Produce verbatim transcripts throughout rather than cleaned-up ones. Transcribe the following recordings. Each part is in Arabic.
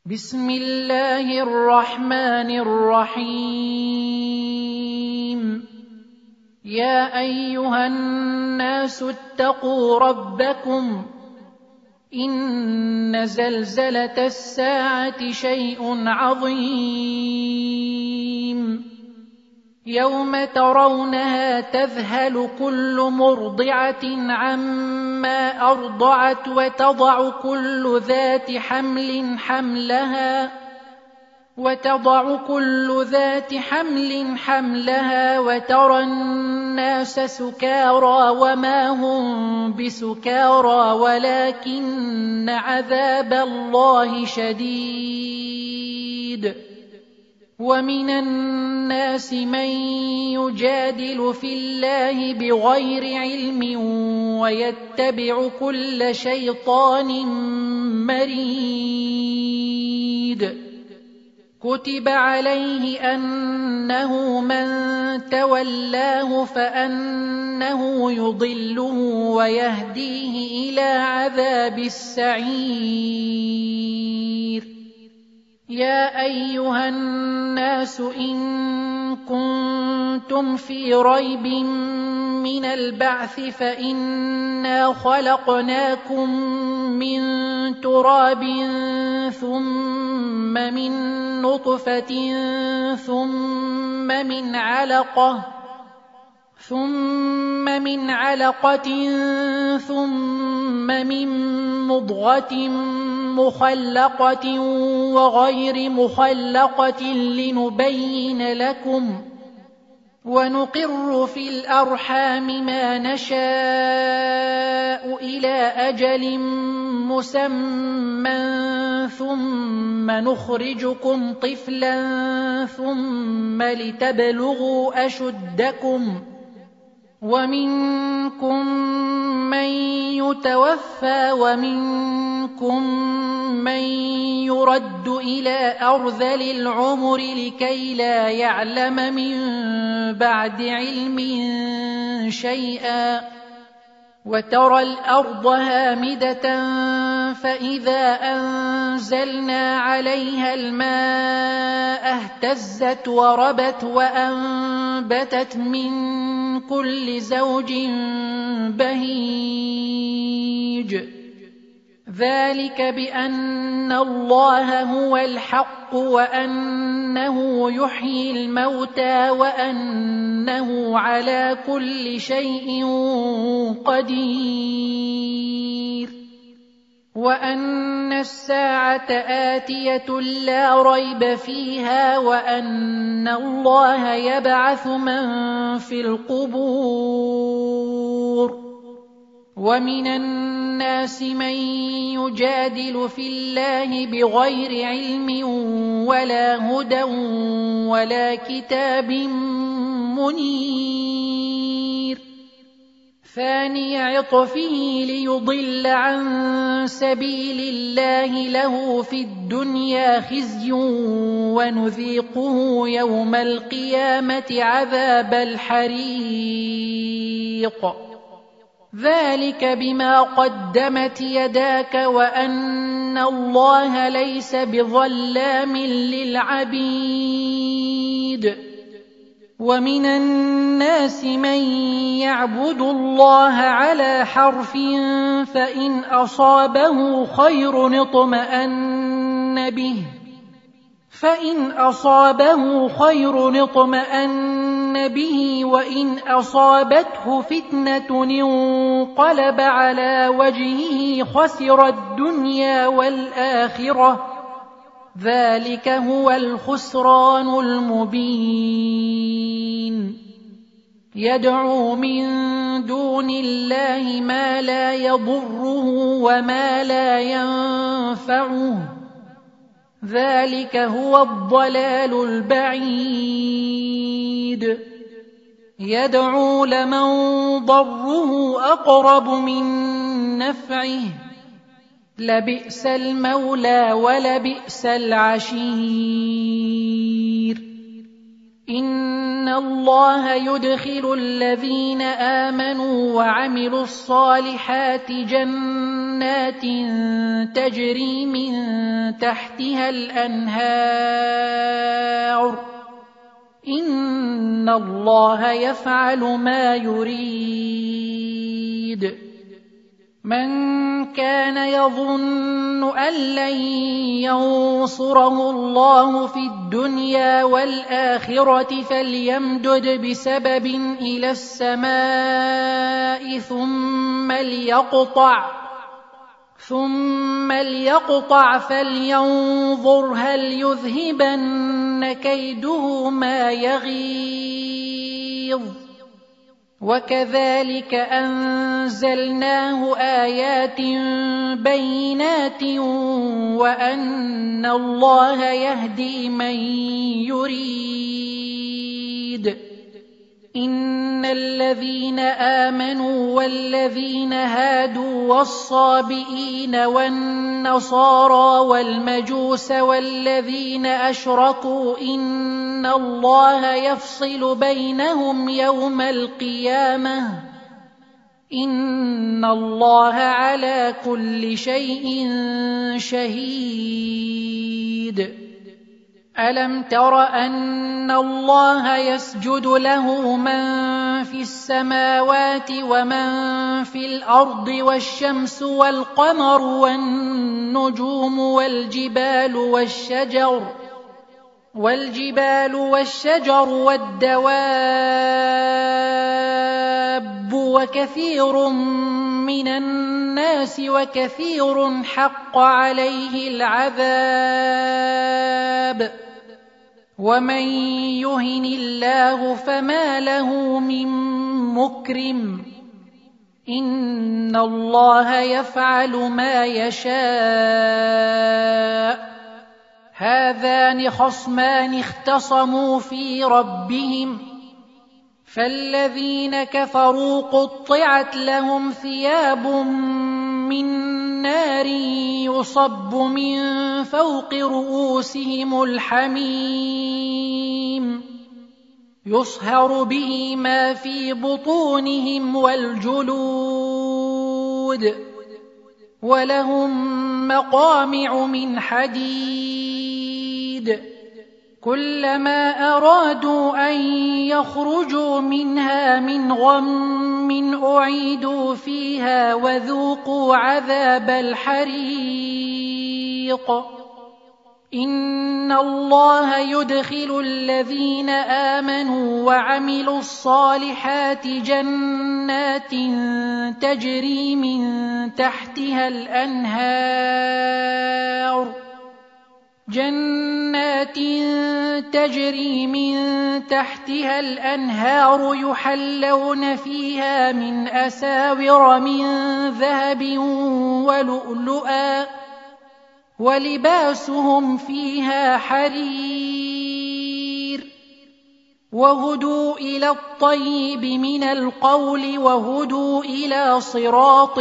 بسم الله الرحمن الرحيم يا أيها الناس اتقوا ربكم إن زلزلة الساعة شيء عظيم يوم ترونها تذهل كل مرضعة عما أرضعت وتضع كل ذات حمل حملها وتضع كل ذات حمل حملها وترى الناس سكارى وما هم بسكارى ولكن عذاب الله شديد ومن الناس من يجادل في الله بغير علم ويتبع كل شيطان مريد كتب عليه أنه من تولاه فأنه يضله ويهديه إلى عذاب السعير يا أيها الناس إن كنتم في ريب من البعث فإنا خلقناكم من تراب ثم من نطفة ثم من علقة ثم من علقة ثم من مضغة مخلقة وغير مخلقة لنبين لكم ونقر في الأرحام ما نشاء إلى أجل مسمى ثم نخرجكم طفلا ثم لتبلغوا أشدكم ومنكم من يتوفى ومنكم من يرد إلى أرذل العمر لكي لا يعلم من بعد علم شيئا وترى الأرض هامدة فإذا أنزلنا عليها الماء اهتزت وربت وأنبتت من كل زوج بهيج ذلك بأن الله هو الحق وأنه يحيي الموتى وأنه على كل شيء قدير وأن الساعة آتية لا ريب فيها وأن الله يبعث من في القبور ومن الناس من يجادل في الله بغير علم ولا هدى ولا كتاب منير ثاني عطفه ليضل عن سبيل الله له في الدنيا خزي ونذيقه يوم القيامة عذاب الحريق ذلك بما قدمت يداك وأن الله ليس بظلام للعبيد ومن الناس من يعبد الله على حرف فإن أصابه خير اطمأن به فإن أصابه خير اطمأن به وإن أصابته فتنة انقلب على وجهه خسر الدنيا والآخرة ذلك هو الخسران المبين يدعو من دون الله ما لا يضره وما لا ينفعه ذلك هو الضلال البعيد يدعو لمن ضره أقرب من نفعه لبئس المولى ولبئس العشير إن الله يدخل الذين آمنوا وعملوا الصالحات جنات تجري من تحتها الأنهار إن الله يفعل ما يريد من كان يظن أن لن ينصره الله في الدنيا والآخرة فليمدد بسبب إلى السماء ثم ليقطع ثم ليقطع فلينظر هل يذهبن كيده ما يغيظ وكذلك أنزلناه آيات بينات وأن الله يهدي من يريد إن الذين آمنوا والذين هادوا والصابئين والنصارى والمجوس والذين أشركوا إن الله يفصل بينهم يوم القيامة إن الله على كل شيء شهيد ألم تر أن الله يسجد له من في السماوات ومن في الأرض والشمس والقمر والنجوم والجبال والشجر والجبال والشجر والدواب وكثير من الناس وكثير حق عليه العذاب ومن يهن الله فما له من مكرم إن الله يفعل ما يشاء هذان خصمان اختصموا في ربهم فالذين كفروا قطعت لهم ثياب من نار يصب من فوق رؤوسهم الحميم يصهر به ما في بطونهم والجلود ولهم مقامع من حديد كلما أرادوا أن يخرجوا منها من غم أعيدوا فيها وذوقوا عذاب الحريق إن الله يدخل الذين آمنوا وعملوا الصالحات جنات تجري من تحتها الأنهار جنات تجري من تحتها الأنهار يحلون فيها من أساور من ذهب ولؤلؤا ولباسهم فيها حرير وهدوا إلى الطيب من القول وهدوا إلى صراط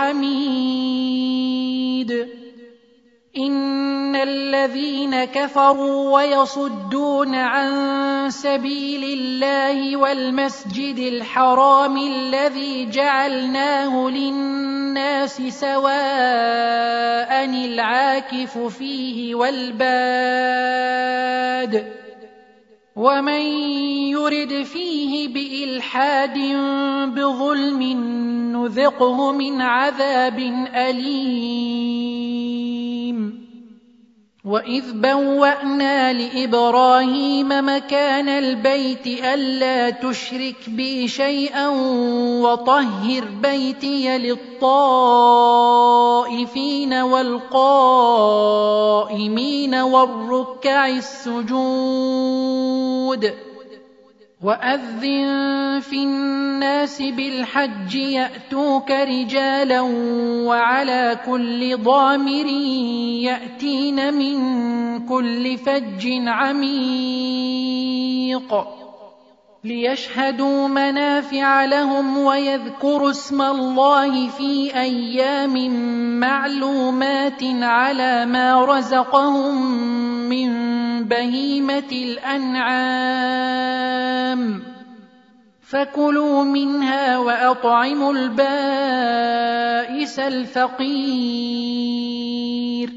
الحميد إن الذين كفروا ويصدون عن سبيل الله والمسجد الحرام الذي جعلناه للناس سواء العاكف فيه والباد ومن يرد فيه بإلحاد بظلم نذقه من عذاب أليم وإذ بوأنا لإبراهيم مكان البيت ألا تشرك بي شيئا وطهر بيتي للطائفين والقائمين والركع السجود وأذن في الناس بالحج يأتوك رجالا وعلى كل ضامر يأتين من كل فج عميق ليشهدوا منافع لهم ويذكروا اسم الله في أيام معلومات على ما رزقهم من بهيمة الأنعام فكلوا منها وأطعموا البائس الفقير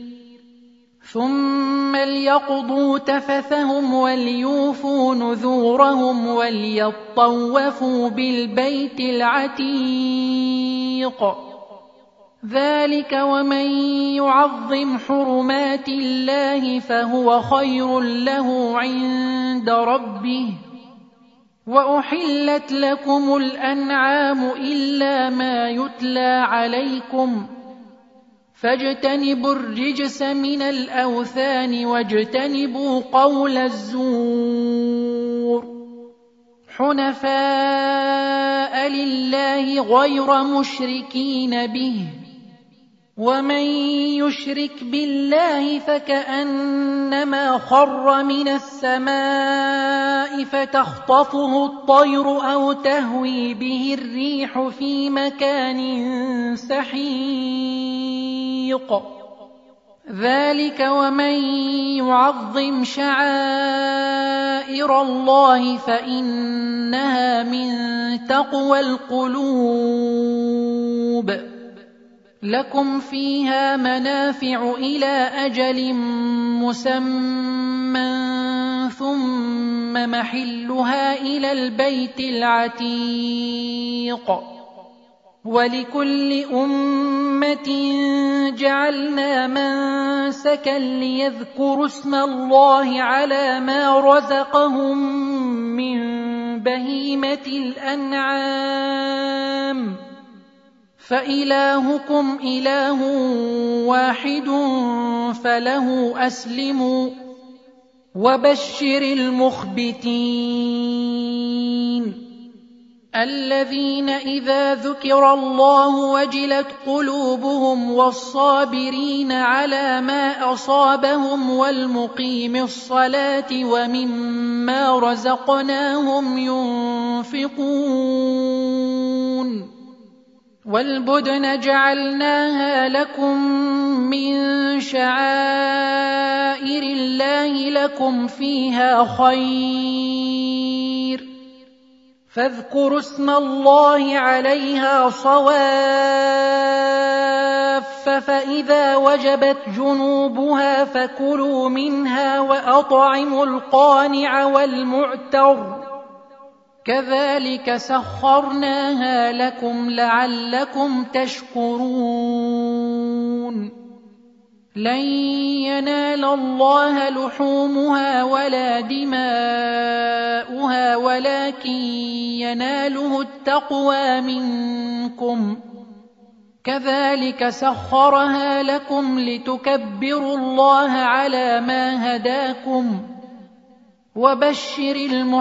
ثم ليقضوا تفثهم وليوفوا نذورهم وليطوفوا بالبيت العتيق ذلك ومن يعظم حرمات الله فهو خير له عند ربه وأحلت لكم الأنعام إلا ما يتلى عليكم فاجتنبوا الرجس من الأوثان واجتنبوا قول الزور حنفاء لله غير مشركين به ومن يشرك بالله فكأنما خر من السماء فتخطفه الطير أو تهوي به الريح في مكان سحيق ذلك ومن يعظم شعائر الله فإنها من تقوى القلوب لكم فيها منافع إلى أجل مسمى ثم محلها إلى البيت العتيق ولكل أمة جعلنا منسكا ليذكروا اسم الله على ما رزقهم من بهيمة الأنعام فإلهكم إله واحد فله أسلموا وبشر المخبتين الذين إذا ذكر الله وجلت قلوبهم والصابرين على ما أصابهم والمقيم الصلاة ومما رزقناهم ينفقون والبدن جعلناها لكم من شعائر الله لكم فيها خير فاذكروا اسم الله عليها صواف فإذا وجبت جنوبها فكلوا منها وأطعموا القانع والمعتر كذلك سخرناها لكم لعلكم تشكرون لن ينال الله لحومها ولا دماؤها ولكن يناله التقوى منكم كذلك سخرها لكم لتكبروا الله على ما هداكم وبشر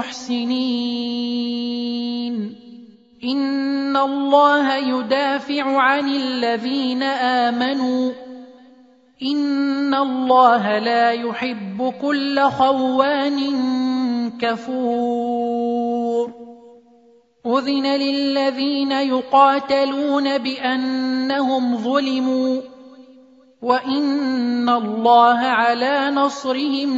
المحسنين إن الله يدافع عن الذين آمنوا إن الله لا يحب كل خوان كفور أذن للذين يقاتلون بأنهم ظلموا وإن الله على نصرهم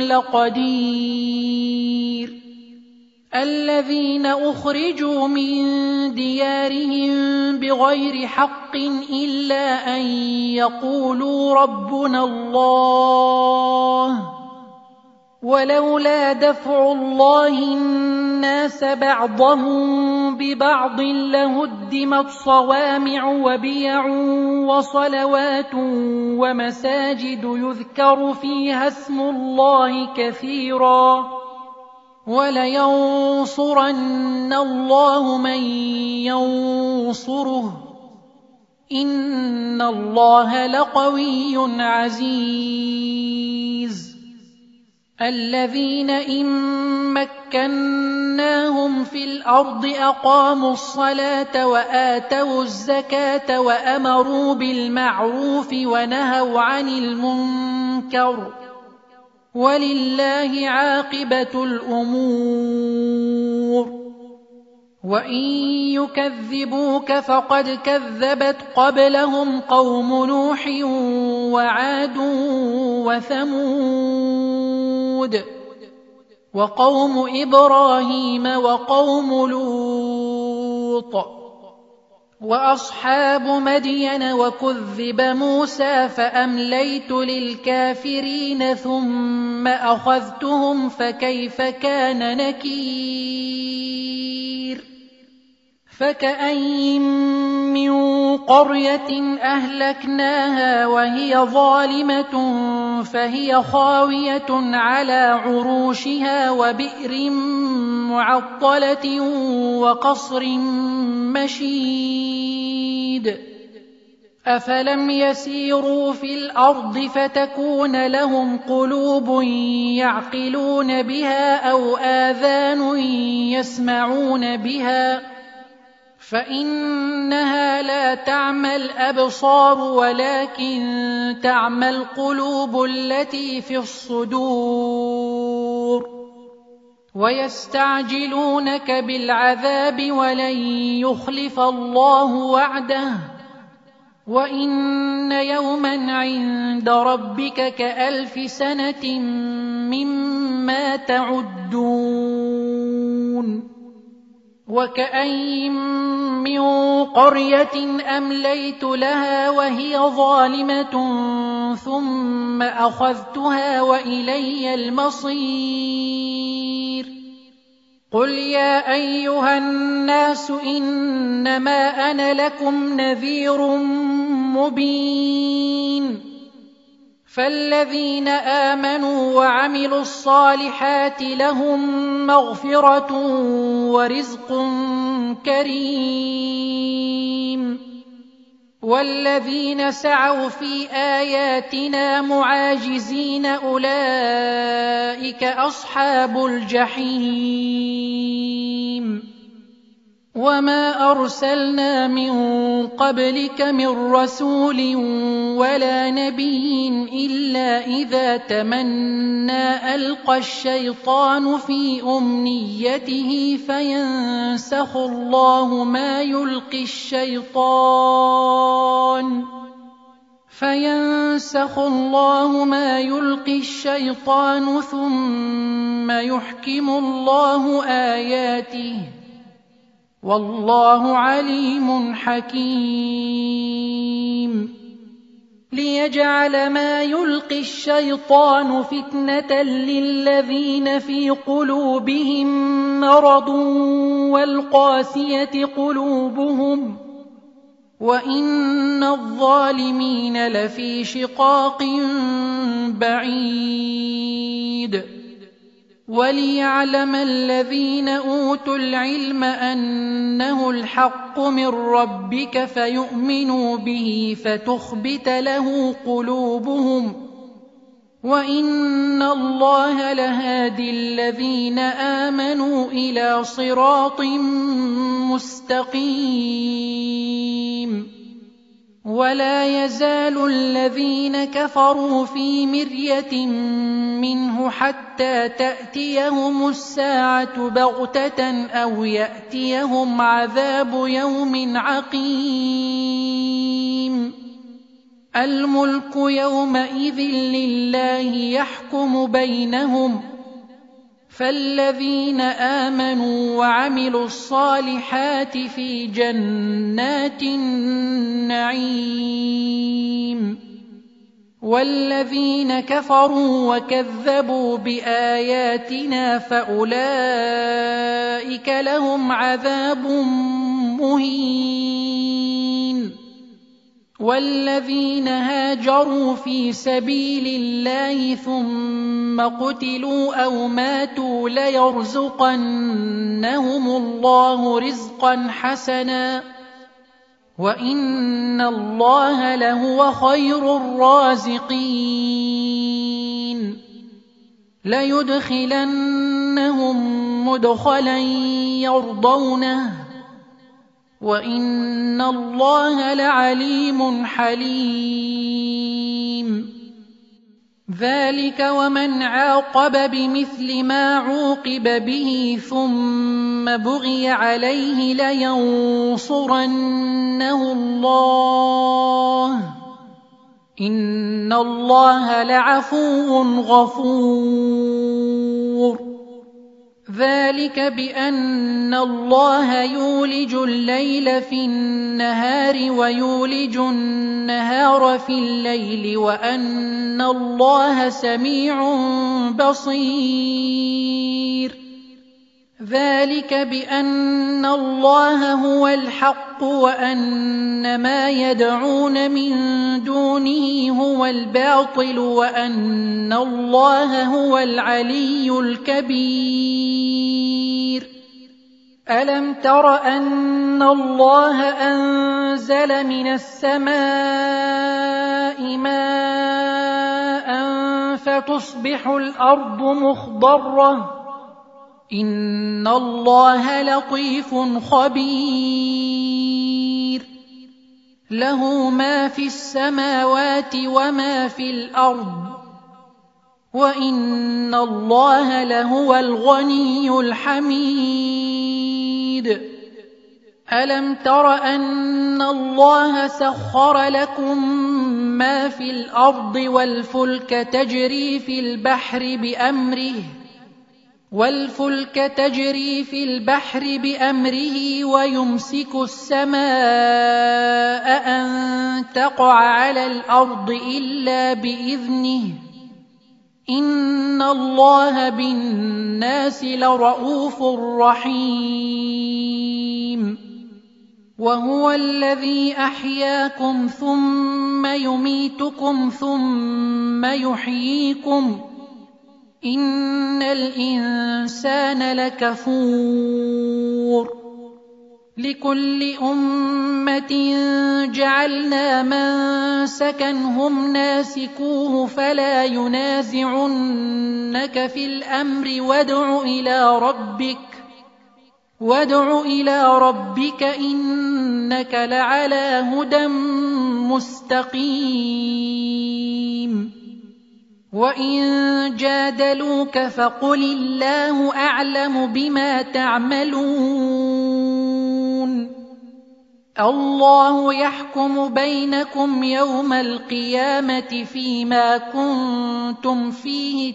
لقدير الذين أخرجوا من ديارهم بغير حق إلا أن يقولوا ربنا الله ولولا دفع الله الناس بعضهم ببعض لهدمت صوامع وبيع وصلوات ومساجد يذكر فيها اسم الله كثيرا ولينصرن الله من ينصره إن الله لقوي عزيز الذين إن مكناهم في الأرض أقاموا الصلاة وآتوا الزكاة وأمروا بالمعروف ونهوا عن المنكر ولله عاقبة الأمور وإن يكذبوك فقد كذبت قبلهم قوم نوح وعاد وثمود وقوم إبراهيم وقوم لوط وأصحاب مدين وكذب موسى فأمليت للكافرين ثم أخذتهم فكيف كان نكير فكأين من قرية أهلكناها وهي ظالمة فهي خاوية على عروشها وبئر معطلة وقصر مشيد أفلم يسيروا في الأرض فتكون لهم قلوب يعقلون بها أو آذان يسمعون بها فإنها لا تعمى الأبصار ولكن تعمى القلوب التي في الصدور ويستعجلونك بالعذاب ولن يخلف الله وعده وإن يوما عند ربك كألف سنة مما تعدون وكأين من قرية أمليت لها وهي ظالمة ثم أخذتها وإلي المصير قل يا أيها الناس إنما أنا لكم نذير مبين فالذين آمنوا وعملوا الصالحات لهم مغفرة ورزق كريم والذين سعوا في آياتنا معاجزين أولئك أصحاب الجحيم وما أرسلنا من قبلك من رسول ولا نبي إلا إذا تمنى ألقى الشيطان في أمنيته فينسخ الله ما يلقي الشيطان فينسخ الله ما يلقي الشيطان ثم يحكم الله آياته والله عليم حكيم ليجعل ما يلقي الشيطان فتنة للذين في قلوبهم مرض والقاسية قلوبهم وإن الظالمين لفي شقاق بعيد وليعلم الذين أوتوا العلم أنه الحق من ربك فيؤمنوا به فتخبت له قلوبهم وإن الله لهادي الذين آمنوا إلى صراط مستقيم ولا يزال الذين كفروا في مرية منه حتى تأتيهم الساعة بغتة أو يأتيهم عذاب يوم عقيم الملك يومئذ لله يحكم بينهم فالذين آمنوا وعملوا الصالحات في جنات النعيم والذين كفروا وكذبوا بآياتنا فأولئك لهم عذاب مهين والذين هاجروا في سبيل الله ثم قتلوا أو ماتوا ليرزقنهم الله رزقا حسنا وإن الله لهو خير الرازقين ليدخلنهم مدخلا يرضونه وإن الله لعليم حليم ذلك ومن عاقب بمثل ما عوقب به ثم بغي عليه لينصرنه الله إن الله لعفو غفور. ذلك بأن الله يولج الليل في النهار ويولج النهار في الليل وأن الله سميع بصير. ذلك بأن الله هو الحق وأن ما يدعون من دونه هو الباطل وأن الله هو العلي الكبير. ألم تر أن الله أنزل من السماء ماء فتصبح الأرض مخضرة إن الله لطيف خبير. له ما في السماوات وما في الأرض وإن الله لهو الغني الحميد. ألم تر أن الله سخر لكم ما في الأرض والفلك تجري في البحر بأمره والفلك تجري في البحر بأمره ويمسك السماء أن تقع على الأرض إلا بإذنه إن الله بالناس لرءوف رحيم. وهو الذي أحياكم ثم يميتكم ثم يحييكم إن الإنسان لكفور. لكل أمة جعلنا منسكا هم ناسكوه فلا ينازعنك في الأمر وادع إلى ربك وادع إلى ربك إنك لعلى هدى مستقيم. وإن جادلوك فقل الله أعلم بما تعملون الله يحكم بينكم يوم القيامة فيما كنتم فيه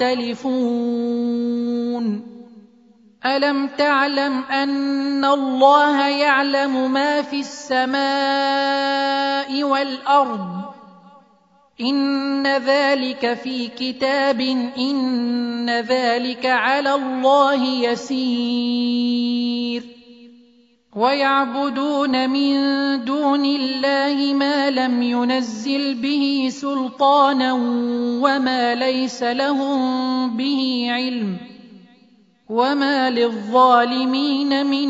تختلفون. ألم تعلم أن الله يعلم ما في السماء والأرض إن ذلك في كتاب إن ذلك على الله يسير. ويعبدون من دون الله ما لم ينزل به سلطانا وما ليس لهم به علم وما للظالمين من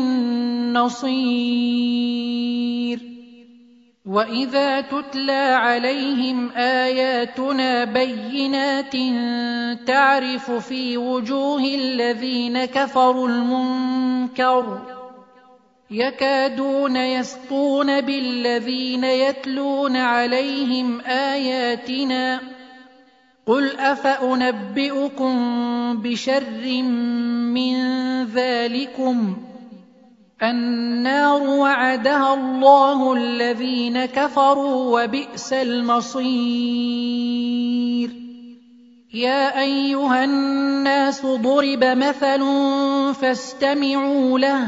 نصير. وإذا تتلى عليهم آياتنا بينات تعرف في وجوه الذين كفروا المنكر يكادون يسطون بالذين يتلون عليهم آياتنا قل أفأنبئكم بشر من ذلكم النار وعدها الله الذين كفروا وبئس المصير. يا أيها الناس ضرب مثل فاستمعوا له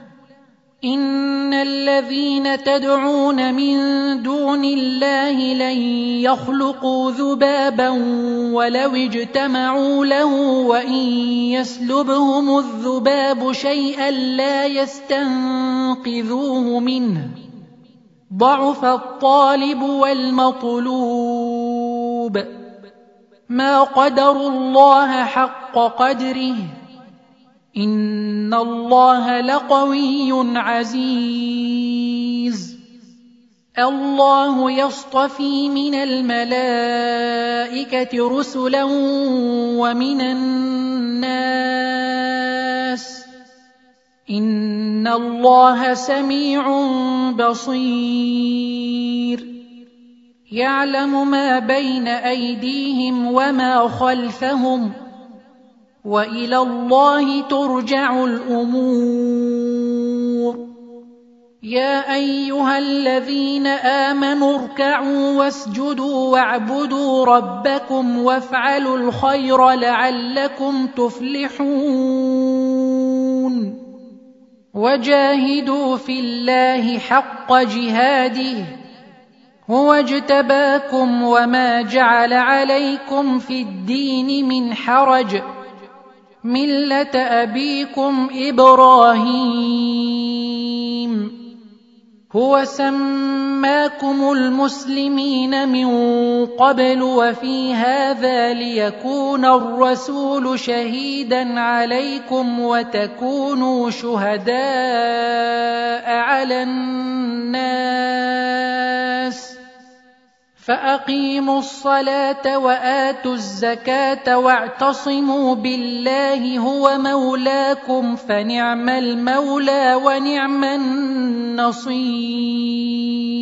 إن الذين تدعون من دون الله لن يخلقوا ذبابا ولو اجتمعوا له وإن يسلبهم الذباب شيئا لا يستنقذوه منه ضعف الطالب والمطلوب ما قدروا الله حق قدره إن الله لقوي عزيز. الله يصطفي من الملائكة رسلا ومن الناس إن الله سميع بصير. يعلم ما بين أيديهم وما خلفهم وإلى الله ترجع الأمور. يا أيها الذين آمنوا اركعوا واسجدوا واعبدوا ربكم وافعلوا الخير لعلكم تفلحون. وجاهدوا في الله حق جهاده هو اجتباكم وما جعل عليكم في الدين من حرج ملة أبيكم إبراهيم هو سماكم المسلمين من قبل وفي هذا ليكون الرسول شهيدا عليكم وتكونوا شهداء على الناس فأقيموا الصلاة وآتوا الزكاة واعتصموا بالله هو مولاكم فنعم المولى ونعم النصير.